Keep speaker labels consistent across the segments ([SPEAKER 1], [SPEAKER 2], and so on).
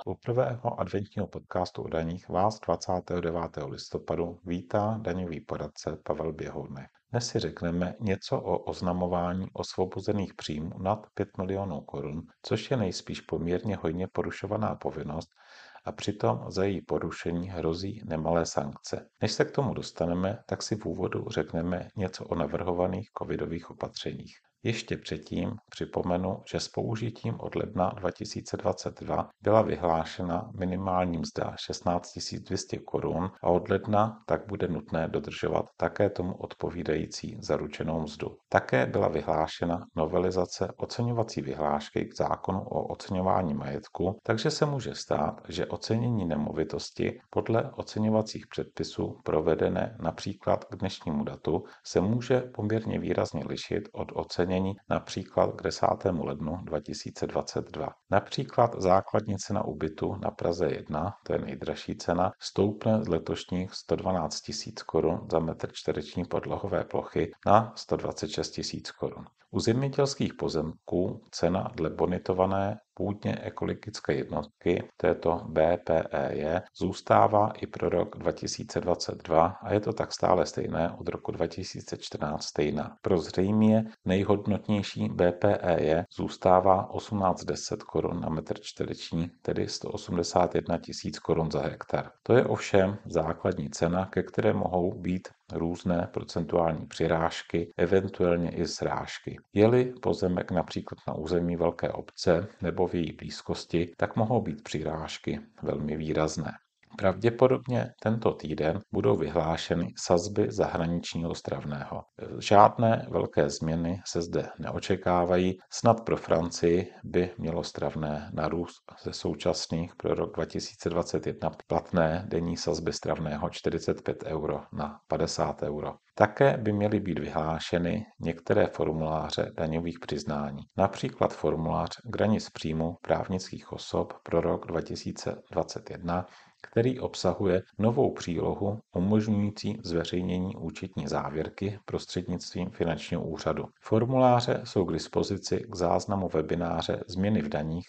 [SPEAKER 1] U prvého adventního podcastu o daních vás 29. listopadu vítá daňový poradce Pavel Běhounek. Dnes si řekneme něco o oznamování osvobozených příjmů nad 5 milionů korun, což je nejspíš poměrně hojně porušovaná povinnost a přitom za její porušení hrozí nemalé sankce. Než se k tomu dostaneme, tak si v úvodu řekneme něco o navrhovaných covidových opatřeních. Ještě předtím připomenu, že s použitím od ledna 2022 byla vyhlášena minimální mzda 16 200 korun a od ledna tak bude nutné dodržovat také tomu odpovídající zaručenou mzdu. Také byla vyhlášena novelizace oceňovací vyhlášky k zákonu o oceňování majetku, takže se může stát, že ocenění nemovitosti podle oceňovacích předpisů provedené například k dnešnímu datu se může poměrně výrazně lišit od ocenění například k 10. lednu 2022. Například základní cena u bytu na Praze 1, to je nejdražší cena, stoupne z letošních 112 000 korun za metr čtvereční podlohové plochy na 126 000 korun. U zemědělských pozemků cena dle bonitované půdně ekologické jednotky, této BPEJ, zůstává i pro rok 2022 a je to tak stále stejné od roku 2014 stejná. Pro zřejmě nejhodnotnější BPEJ zůstává 1810 korun na metr čtvereční, tedy 181 000 korun za hektar. To je ovšem základní cena, ke které mohou být různé procentuální přirážky, eventuálně i srážky. Je-li pozemek například na území velké obce nebo v její blízkosti, tak mohou být přirážky velmi výrazné. Pravděpodobně tento týden budou vyhlášeny sazby zahraničního stravného. Žádné velké změny se zde neočekávají, snad pro Francii by mělo stravné narůst ze současných pro rok 2021 platné denní sazby stravného 45 euro na 50 euro. Také by měly být vyhlášeny některé formuláře daňových přiznání, například formulář k dani z příjmu právnických osob pro rok 2021, který obsahuje novou přílohu umožňující zveřejnění účetní závěrky prostřednictvím finančního úřadu. Formuláře jsou k dispozici k záznamu webináře Změny v daních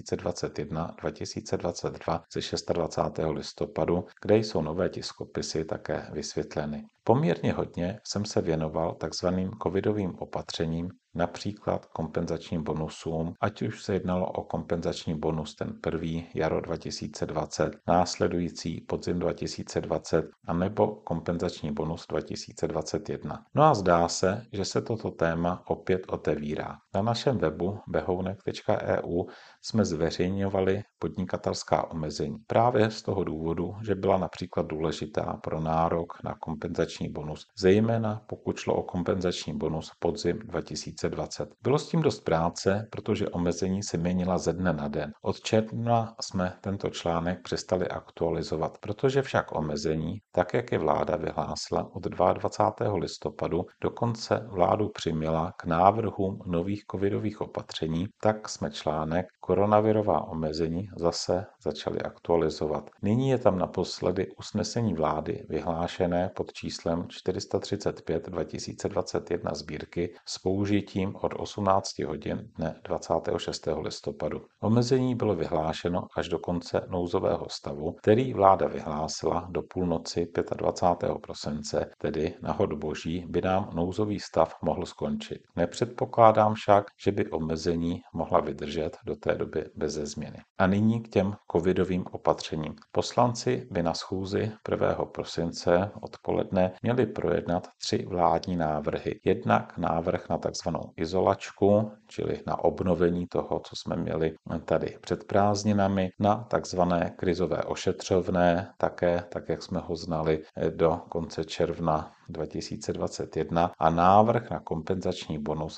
[SPEAKER 1] 2021-2022 ze 26. listopadu, kde jsou nové tiskopisy také vysvětleny. Poměrně hodně jsem se věnoval takzvaným covidovým opatřením, například kompenzačním bonusům, ať už se jednalo o kompenzační bonus ten první jaro 2020, následující podzim 2020 a nebo kompenzační bonus 2021. No a zdá se, že se toto téma opět otevírá. Na našem webu behounek.eu jsme zveřejňovali podnikatelská omezení. Právě z toho důvodu, že byla například důležitá pro nárok na kompenzační bonus, zejména pokud šlo o kompenzační bonus podzim 2020. Bylo s tím dost práce, protože omezení se měnila ze dne na den. Od června jsme tento článek přestali aktualizovat, protože však omezení, tak jak je vláda vyhlásila od 22. listopadu, dokonce vládu přiměla k návrhům nových covidových opatření, tak jsme článek koronavirová omezení zase začali aktualizovat. Nyní je tam naposledy usnesení vlády vyhlášené pod číslem 435 2021 sbírky s použitím od 18 hodin dne 26. listopadu. Omezení bylo vyhlášeno až do konce nouzového stavu, který vláda vyhlásila do půlnoci 25. prosince, tedy na hod boží by nám nouzový stav mohl skončit. Nepředpokládám však, že by omezení mohla vydržet do té doby beze změny. A nyní k těm covidovým opatřením. Poslanci by na schůzi 1. prosince odpoledne měli projednat 3 vládní návrhy. Jednak návrh na takzvanou izolačku, čili na obnovení toho, co jsme měli tady před prázdninami, na takzvané krizové ošetřovné, také tak, jak jsme ho znali do konce června 2021 a návrh na kompenzační bonus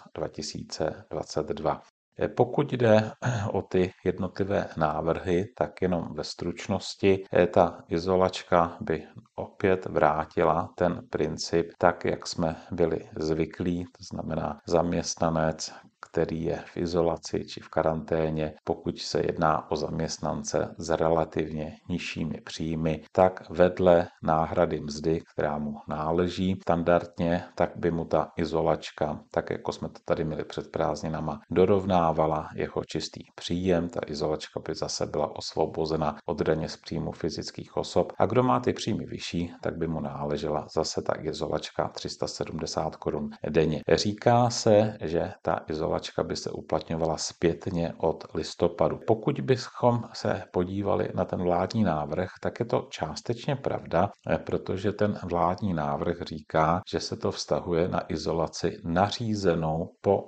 [SPEAKER 1] 2022. Pokud jde o ty jednotlivé návrhy, tak jenom ve stručnosti, ta izolačka by opět vrátila ten princip tak, jak jsme byli zvyklí, to znamená zaměstnanec, který je v izolaci či v karanténě, pokud se jedná o zaměstnance s relativně nižšími příjmy, tak vedle náhrady mzdy, která mu náleží standardně, tak by mu ta izolačka, tak jako jsme to tady měli před prázdninama, dorovnávala jeho čistý příjem. Ta izolačka by zase byla osvobozena od daně z příjmu fyzických osob. A kdo má ty příjmy vyšší, tak by mu náležela zase ta izolačka 370 korun denně. Říká se, že ta izolačka by se uplatňovala zpětně od listopadu. Pokud bychom se podívali na ten vládní návrh, tak je to částečně pravda, protože ten vládní návrh říká, že se to vztahuje na izolaci nařízenou po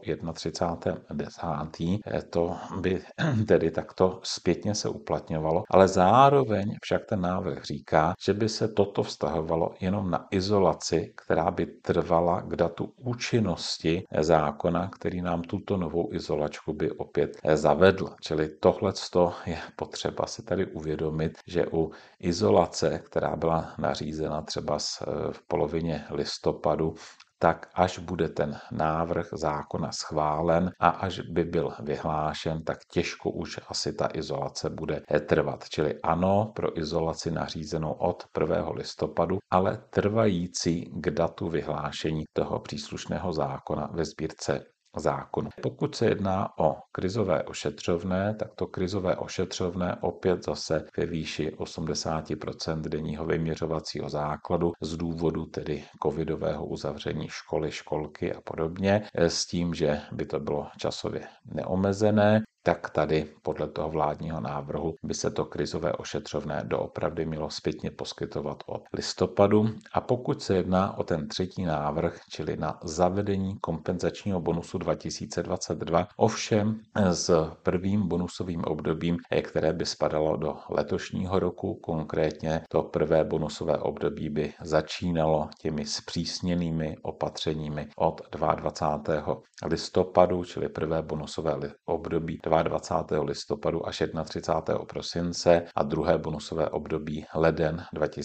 [SPEAKER 1] 31.10. To by tedy takto zpětně se uplatňovalo, ale zároveň však ten návrh říká, že by se toto vztahovalo jenom na izolaci, která by trvala k datu účinnosti zákona, který nám tuto novou izolačku by opět zavedl. Čili tohleto je potřeba si tady uvědomit, že u izolace, která byla nařízena třeba v polovině listopadu, tak až bude ten návrh zákona schválen a až by byl vyhlášen, tak těžko už asi ta izolace bude trvat. Čili ano, pro izolaci nařízenou od 1. listopadu, ale trvající k datu vyhlášení toho příslušného zákona ve sbírce zákonu. Pokud se jedná o krizové ošetřovné, tak to krizové ošetřovné opět zase ve výši 80% denního vyměřovacího základu z důvodu tedy covidového uzavření školy, školky a podobně, s tím, že by to bylo časově neomezené, tak tady podle toho vládního návrhu by se to krizové ošetřovné doopravdy mělo zpětně poskytovat od listopadu. A pokud se jedná o ten třetí návrh, čili na zavedení kompenzačního bonusu 2022, ovšem s prvním bonusovým obdobím, které by spadalo do letošního roku, konkrétně to prvé bonusové období by začínalo těmi zpřísněnými opatřeními od 22. listopadu, čili prvé bonusové období 22. listopadu až 31. prosince a druhé bonusové období leden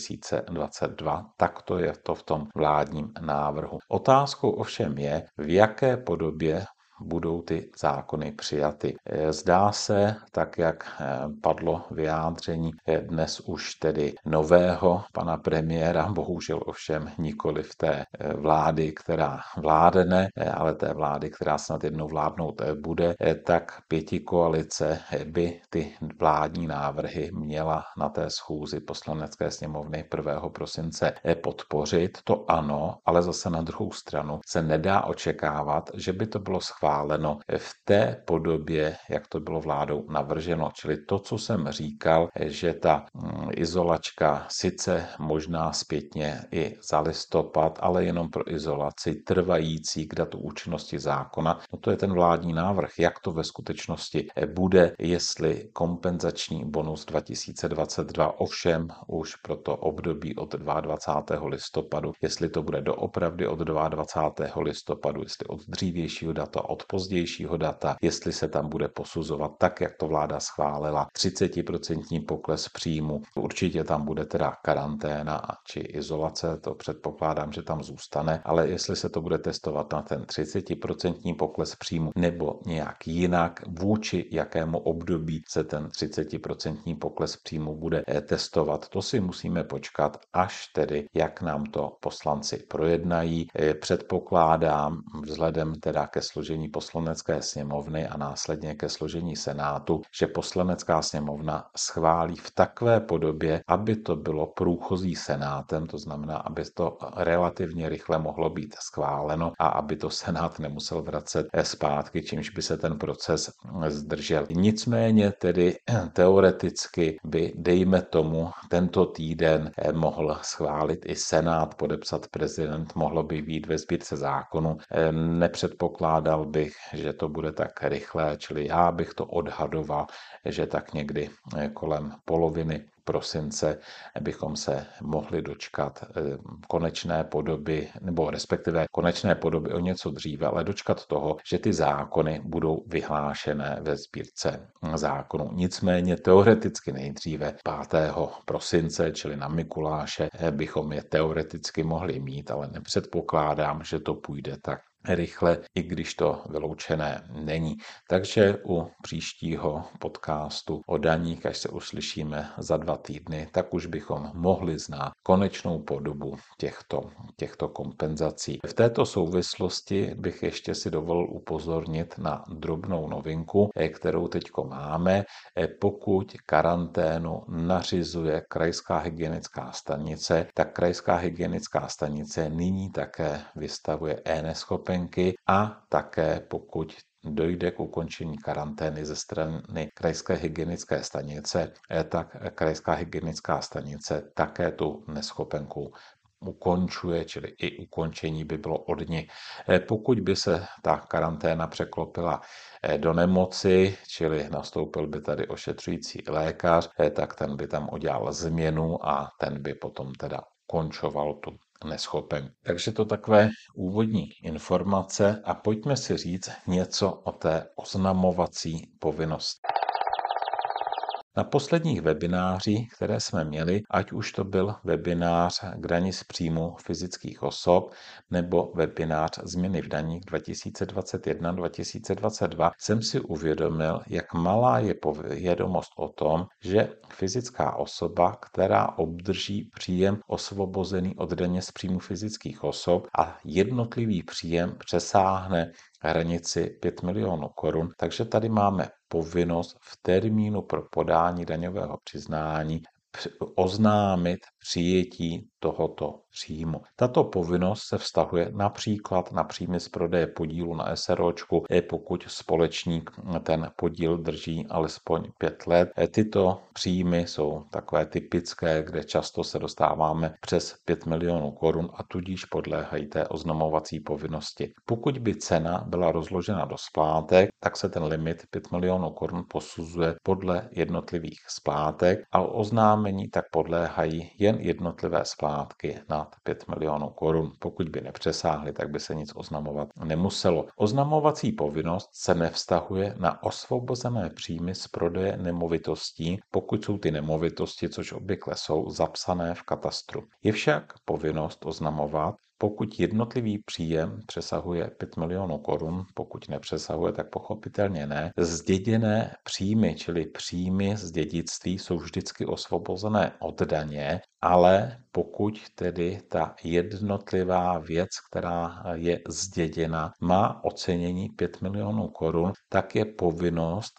[SPEAKER 1] 2022. Takto je to v tom vládním návrhu. Otázkou ovšem je, v jaké podobě budou ty zákony přijaty. Zdá se, tak jak padlo vyjádření dnes už tedy nového pana premiéra, bohužel ovšem nikoli v té vlády, která vládne, ale té vlády, která snad jednou vládnout bude, tak pětikoalice by ty vládní návrhy měla na té schůzi Poslanecké sněmovny 1. prosince podpořit. To ano, ale zase na druhou stranu se nedá očekávat, že by to bylo schváleno v té podobě, jak to bylo vládou navrženo. Čili to, co jsem říkal, že ta izolačka sice možná zpětně i za listopad, ale jenom pro izolaci trvající k datu účinnosti zákona, no to je ten vládní návrh. Jak to ve skutečnosti bude, jestli kompenzační bonus 2022 ovšem už pro to období od 22. listopadu, jestli to bude doopravdy od 22. listopadu, jestli od dřívějšího data, od pozdějšího data, jestli se tam bude posuzovat tak, jak to vláda schválila, 30% pokles příjmu. Určitě tam bude teda karanténa či izolace, to předpokládám, že tam zůstane, ale jestli se to bude testovat na ten 30% pokles příjmu nebo nějak jinak, vůči jakému období se ten 30% pokles příjmu bude testovat, to si musíme počkat, až tedy, jak nám to poslanci projednají. Předpokládám, vzhledem teda ke složení Poslanecké sněmovny a následně ke složení Senátu, že Poslanecká sněmovna schválí v takové podobě, aby to bylo průchozí Senátem, to znamená, aby to relativně rychle mohlo být schváleno a aby to Senát nemusel vracet zpátky, čímž by se ten proces zdržel. Nicméně tedy teoreticky by, dejme tomu, tento týden mohl schválit i Senát, podepsat prezident, mohlo by být ve sbírce zákonu. Nepředpokládal bych, že to bude tak rychlé, čili já bych to odhadoval, že tak někdy kolem poloviny prosince bychom se mohli dočkat konečné podoby, nebo respektive konečné podoby o něco dříve, ale dočkat toho, že ty zákony budou vyhlášené ve sbírce zákonů. Nicméně teoreticky nejdříve 5. prosince, čili na Mikuláše, bychom je teoreticky mohli mít, ale nepředpokládám, že to půjde tak rychle, i když to vyloučené není. Takže u příštího podcastu o daních, až se uslyšíme za 2 týdny, tak už bychom mohli znát konečnou podobu těchto kompenzací. V této souvislosti bych ještě si dovolil upozornit na drobnou novinku, kterou teďko máme. Pokud karanténu nařizuje krajská hygienická stanice, tak krajská hygienická stanice nyní také vystavuje eNeschopenky a také pokud dojde k ukončení karantény ze strany krajské hygienické stanice, tak krajská hygienická stanice také tu neschopenku ukončuje, čili i ukončení by bylo od nich. Pokud by se ta karanténa překlopila do nemoci, čili nastoupil by tady ošetřující lékař, tak ten by tam udělal změnu a ten by potom teda ukončoval tu neschopen. Takže to takové úvodní informace a pojďme si říct něco o té oznamovací povinnosti. Na posledních webinářích, které jsme měli, ať už to byl webinář k dani z příjmu fyzických osob nebo webinář změny v daních 2021-2022, jsem si uvědomil, jak malá je povědomost o tom, že fyzická osoba, která obdrží příjem osvobozený od daně z příjmu fyzických osob a jednotlivý příjem přesáhne hranici 5 milionů korun, takže tady máme povinnost v termínu pro podání daňového přiznání oznámit přijetí tohoto příjmu. Tato povinnost se vztahuje například na příjmy z prodeje podílu na SROčku, pokud společník ten podíl drží alespoň 5 let. Tyto příjmy jsou takové typické, kde často se dostáváme přes 5 milionů korun a tudíž podléhají té oznamovací povinnosti. Pokud by cena byla rozložena do splátek, tak se ten limit 5 milionů korun posuzuje podle jednotlivých splátek a oznámení tak podléhají jen jednotlivé splátky nad 5 milionů korun. Pokud by nepřesáhly, tak by se nic oznamovat nemuselo. Oznamovací povinnost se nevztahuje na osvobozené příjmy z prodeje nemovitostí, pokud jsou ty nemovitosti, což obvykle jsou, zapsané v katastru. Je však povinnost oznamovat, pokud jednotlivý příjem přesahuje 5 milionů korun, pokud nepřesahuje, tak pochopitelně ne. Zděděné příjmy, čili příjmy z dědictví, jsou vždycky osvobozené od daně, ale pokud tedy ta jednotlivá věc, která je zděděna, má ocenění 5 milionů korun, tak je povinnost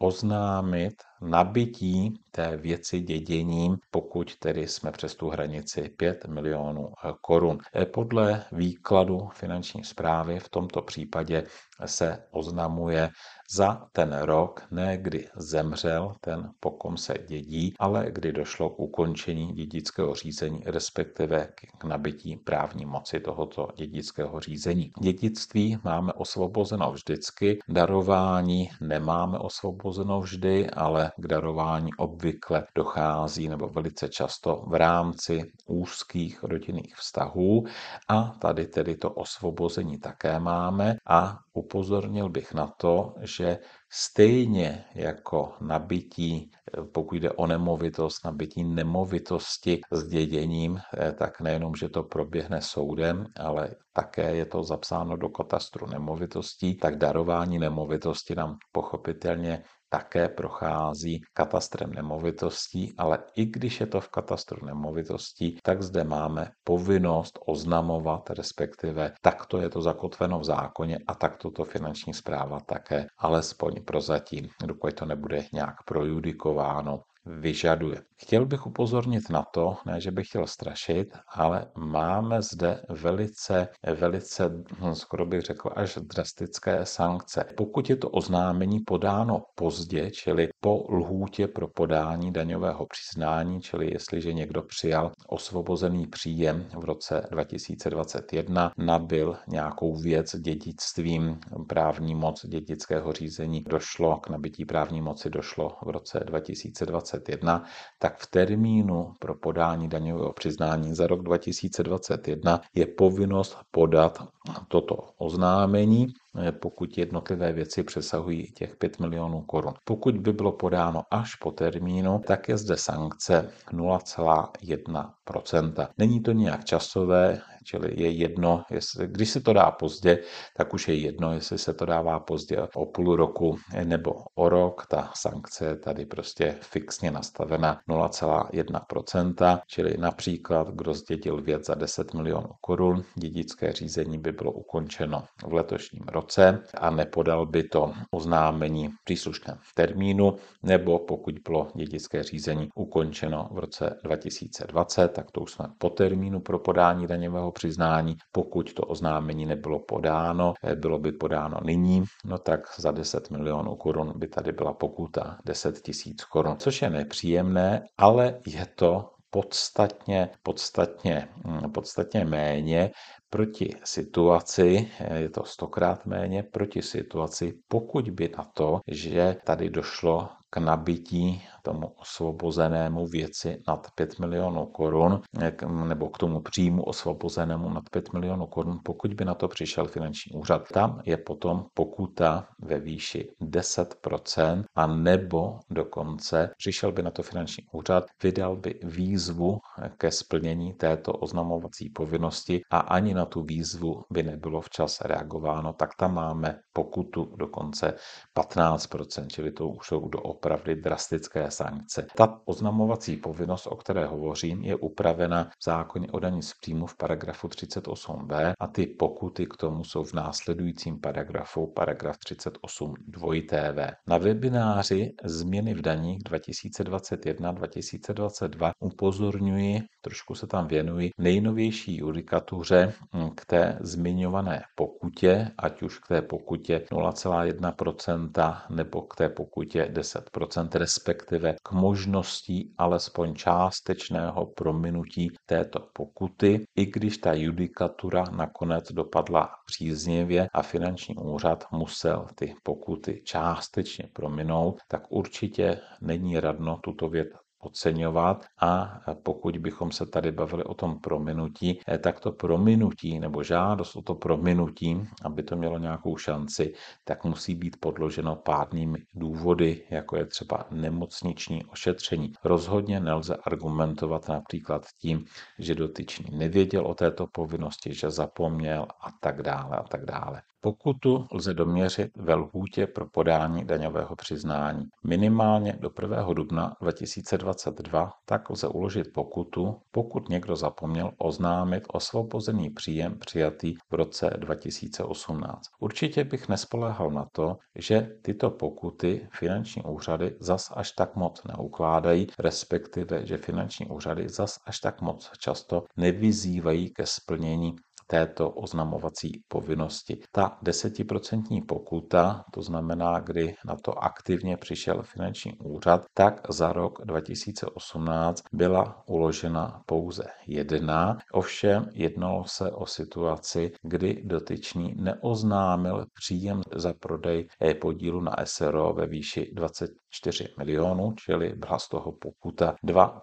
[SPEAKER 1] oznámit nabytí té věci děděním, pokud tedy jsme přes tu hranici 5 milionů korun. Podle výkladu finanční správy v tomto případě se oznamuje za ten rok, ne kdy zemřel ten, po kom se dědí, ale kdy došlo k ukončení dědického řízení, respektive k nabytí právní moci tohoto dědického řízení. Dědictví máme osvobozeno vždycky, darování nemáme osvobozeno vždy, ale k darování obvykle dochází nebo velice často v rámci úzkých rodinných vztahů a tady tedy to osvobození také máme a upozornil bych na to, že stejně jako nabytí, pokud jde o nemovitost, nabytí nemovitosti s děděním, tak nejenom, že to proběhne soudem, ale také je to zapsáno do katastru nemovitostí, tak darování nemovitosti nám pochopitelně také prochází katastrem nemovitostí, ale i když je to v katastru nemovitostí, tak zde máme povinnost oznamovat, respektive takto je to zakotveno v zákoně a takto to finanční správa také, alespoň prozatím, dokud to nebude nějak projudikováno, vyžaduje. Chtěl bych upozornit na to, ne, že bych chtěl strašit, ale máme zde velice, skoro bych řekl, až drastické sankce. Pokud je to oznámení podáno pozdě, čili po lhůtě pro podání daňového přiznání, čili jestliže někdo přijal osvobozený příjem v roce 2021, nabyl nějakou věc dědictvím, právní moc dědického řízení, došlo k nabytí právní moci, došlo v roce 2021, tak v termínu pro podání daňového přiznání za rok 2021 je povinnost podat toto oznámení pokud jednotlivé věci přesahují těch 5 milionů korun. Pokud by bylo podáno až po termínu, tak je zde sankce 0,1%. Není to nijak časové, čili je jedno, když se to dá pozdě, tak už je jedno, jestli se to dává pozdě o půl roku nebo o rok. Ta sankce je tady prostě fixně nastavena 0,1%, čili například, kdo zdědil věc za 10 milionů korun, dědické řízení by bylo ukončeno v letošním roce a nepodal by to oznámení v příslušném termínu, nebo pokud bylo dědické řízení ukončeno v roce 2020, tak to už jsme po termínu pro podání daňového přiznání. Pokud to oznámení nebylo podáno, bylo by podáno nyní, no tak za 10 milionů korun by tady byla pokuta 10 000 korun, což je nepříjemné, ale je to podstatně méně proti situaci, je to 100krát méně proti situaci, pokud by na to, že tady došlo k nabití tomu osvobozenému věci nad 5 milionů korun, nebo k tomu příjmu osvobozenému nad 5 milionů korun, pokud by na to přišel finanční úřad. Tam je potom pokuta ve výši 10%, a nebo dokonce přišel by na to finanční úřad, vydal by výzvu ke splnění této oznamovací povinnosti a ani na tu výzvu by nebylo včas reagováno, tak tam máme pokutu dokonce 15%, čili to už jsou doopravdy drastické sankce. Ta oznamovací povinnost, o které hovořím, je upravena v zákoně o dani z příjmu v paragrafu 38b a ty pokuty k tomu jsou v následujícím paragrafu, paragraf 38 2tv. Na webináři Změny v daních 2021-2022 upozorňuji, trošku se tam věnuji, nejnovější judikatuře k té zmiňované pokutě, ať už k té pokutě 0,1% nebo k té pokutě 10%, respektive k možnosti alespoň částečného prominutí této pokuty, i když ta judikatura nakonec dopadla příznivě a finanční úřad musel ty pokuty částečně prominout, tak určitě není radno tuto věc podceňovat, a pokud bychom se tady bavili o tom prominutí, tak to prominutí nebo žádost o to prominutí, aby to mělo nějakou šanci, tak musí být podloženo pádnými důvody, jako je třeba nemocniční ošetření. Rozhodně nelze argumentovat například tím, že dotyčný nevěděl o této povinnosti, že zapomněl a tak dále a tak dále. Pokutu lze doměřit ve lhůtě pro podání daňového přiznání. Minimálně do 1. dubna 2022 tak lze uložit pokutu, pokud někdo zapomněl oznámit osvobozený příjem přijatý v roce 2018. Určitě bych nespoléhal na to, že tyto pokuty finanční úřady zas až tak moc neukládají, respektive, že finanční úřady zas až tak moc často nevyzývají ke splnění této oznamovací povinnosti. Ta 10% pokuta, to znamená, kdy na to aktivně přišel finanční úřad, tak za rok 2018 byla uložena pouze jedna. Ovšem jednalo se o situaci, kdy dotyčný neoznámil příjem za prodej podílu na SRO ve výši 24 milionů, čili byla z toho pokuta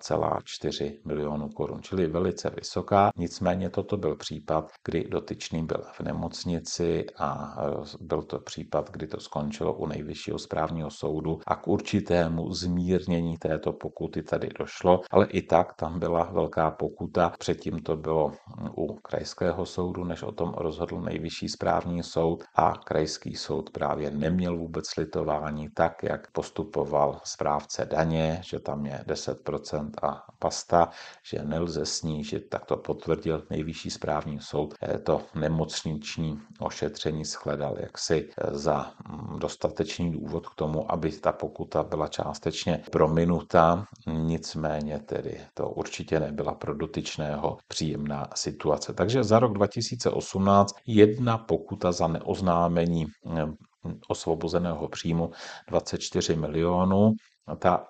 [SPEAKER 1] 2,4 milionů korun, čili velice vysoká. Nicméně toto byl případ, kdy dotyčný byl v nemocnici a byl to případ, kdy to skončilo u Nejvyššího správního soudu a k určitému zmírnění této pokuty tady došlo, ale i tak tam byla velká pokuta. Předtím to bylo u krajského soudu, než o tom rozhodl Nejvyšší správní soud, a krajský soud právě neměl vůbec slitování, tak jak postupoval správce daně, že tam je 10% a basta, že nelze snížit, tak to potvrdil Nejvyšší správní soud. To nemocniční ošetření shledal jaksi za dostatečný důvod k tomu, aby ta pokuta byla částečně prominuta, nicméně tedy to určitě nebyla pro dotyčného příjemná situace. Takže za rok 2018 jedna pokuta za neoznámení osvobozeného příjmu 24 milionů, ta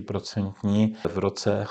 [SPEAKER 1] 10%. V roce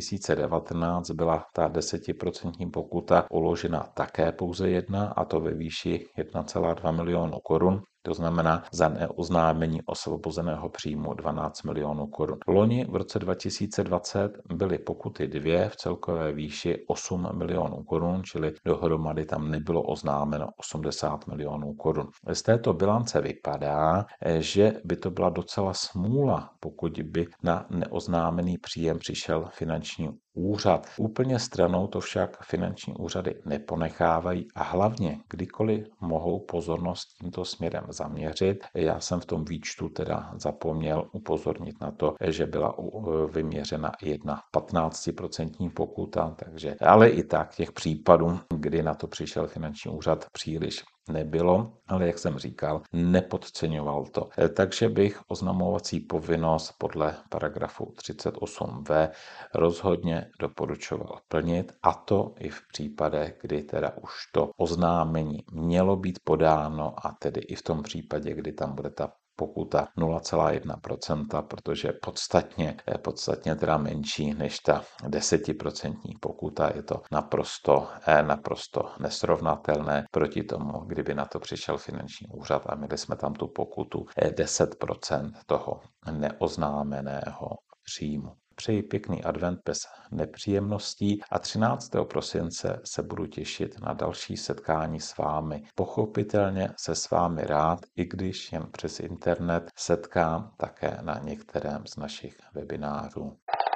[SPEAKER 1] 2019 byla ta 10% pokuta uložena také pouze jedna, a to ve výši 1,2 milionu korun. To znamená za neoznámení osvobozeného příjmu 12 milionů korun. Loni v roce 2020 byly pokuty 2 v celkové výši 8 milionů korun, čili dohromady tam nebylo oznámeno 80 milionů korun. Z této bilance vypadá, že by to byla docela smůla, pokud by na neoznámený příjem přišel finanční úřad. Úplně stranou to však finanční úřady neponechávají a hlavně kdykoliv mohou pozornost tímto směrem zaměřit. Já jsem v tom výčtu teda zapomněl upozornit na to, že byla vyměřena jedna 15% pokuta, takže ale i tak těch případů, kdy na to přišel finanční úřad, příliš nebylo, ale jak jsem říkal, nepodceňoval to. Takže bych oznamovací povinnost podle paragrafu 38v rozhodně doporučoval plnit, a to i v případech, kdy teda už to oznámení mělo být podáno, a tedy i v tom případě, kdy tam bude ta pokuta 0,1%, protože podstatně teda menší než ta 10% pokuta. Je to naprosto nesrovnatelné proti tomu, kdyby na to přišel finanční úřad a měli jsme tam tu pokutu 10% toho neoznámeného příjmu. Přeji pěkný advent bez nepříjemností a 13. prosince se budu těšit na další setkání s vámi. Pochopitelně se s vámi rád, i když jen přes internet, setkám také na některém z našich webinářů.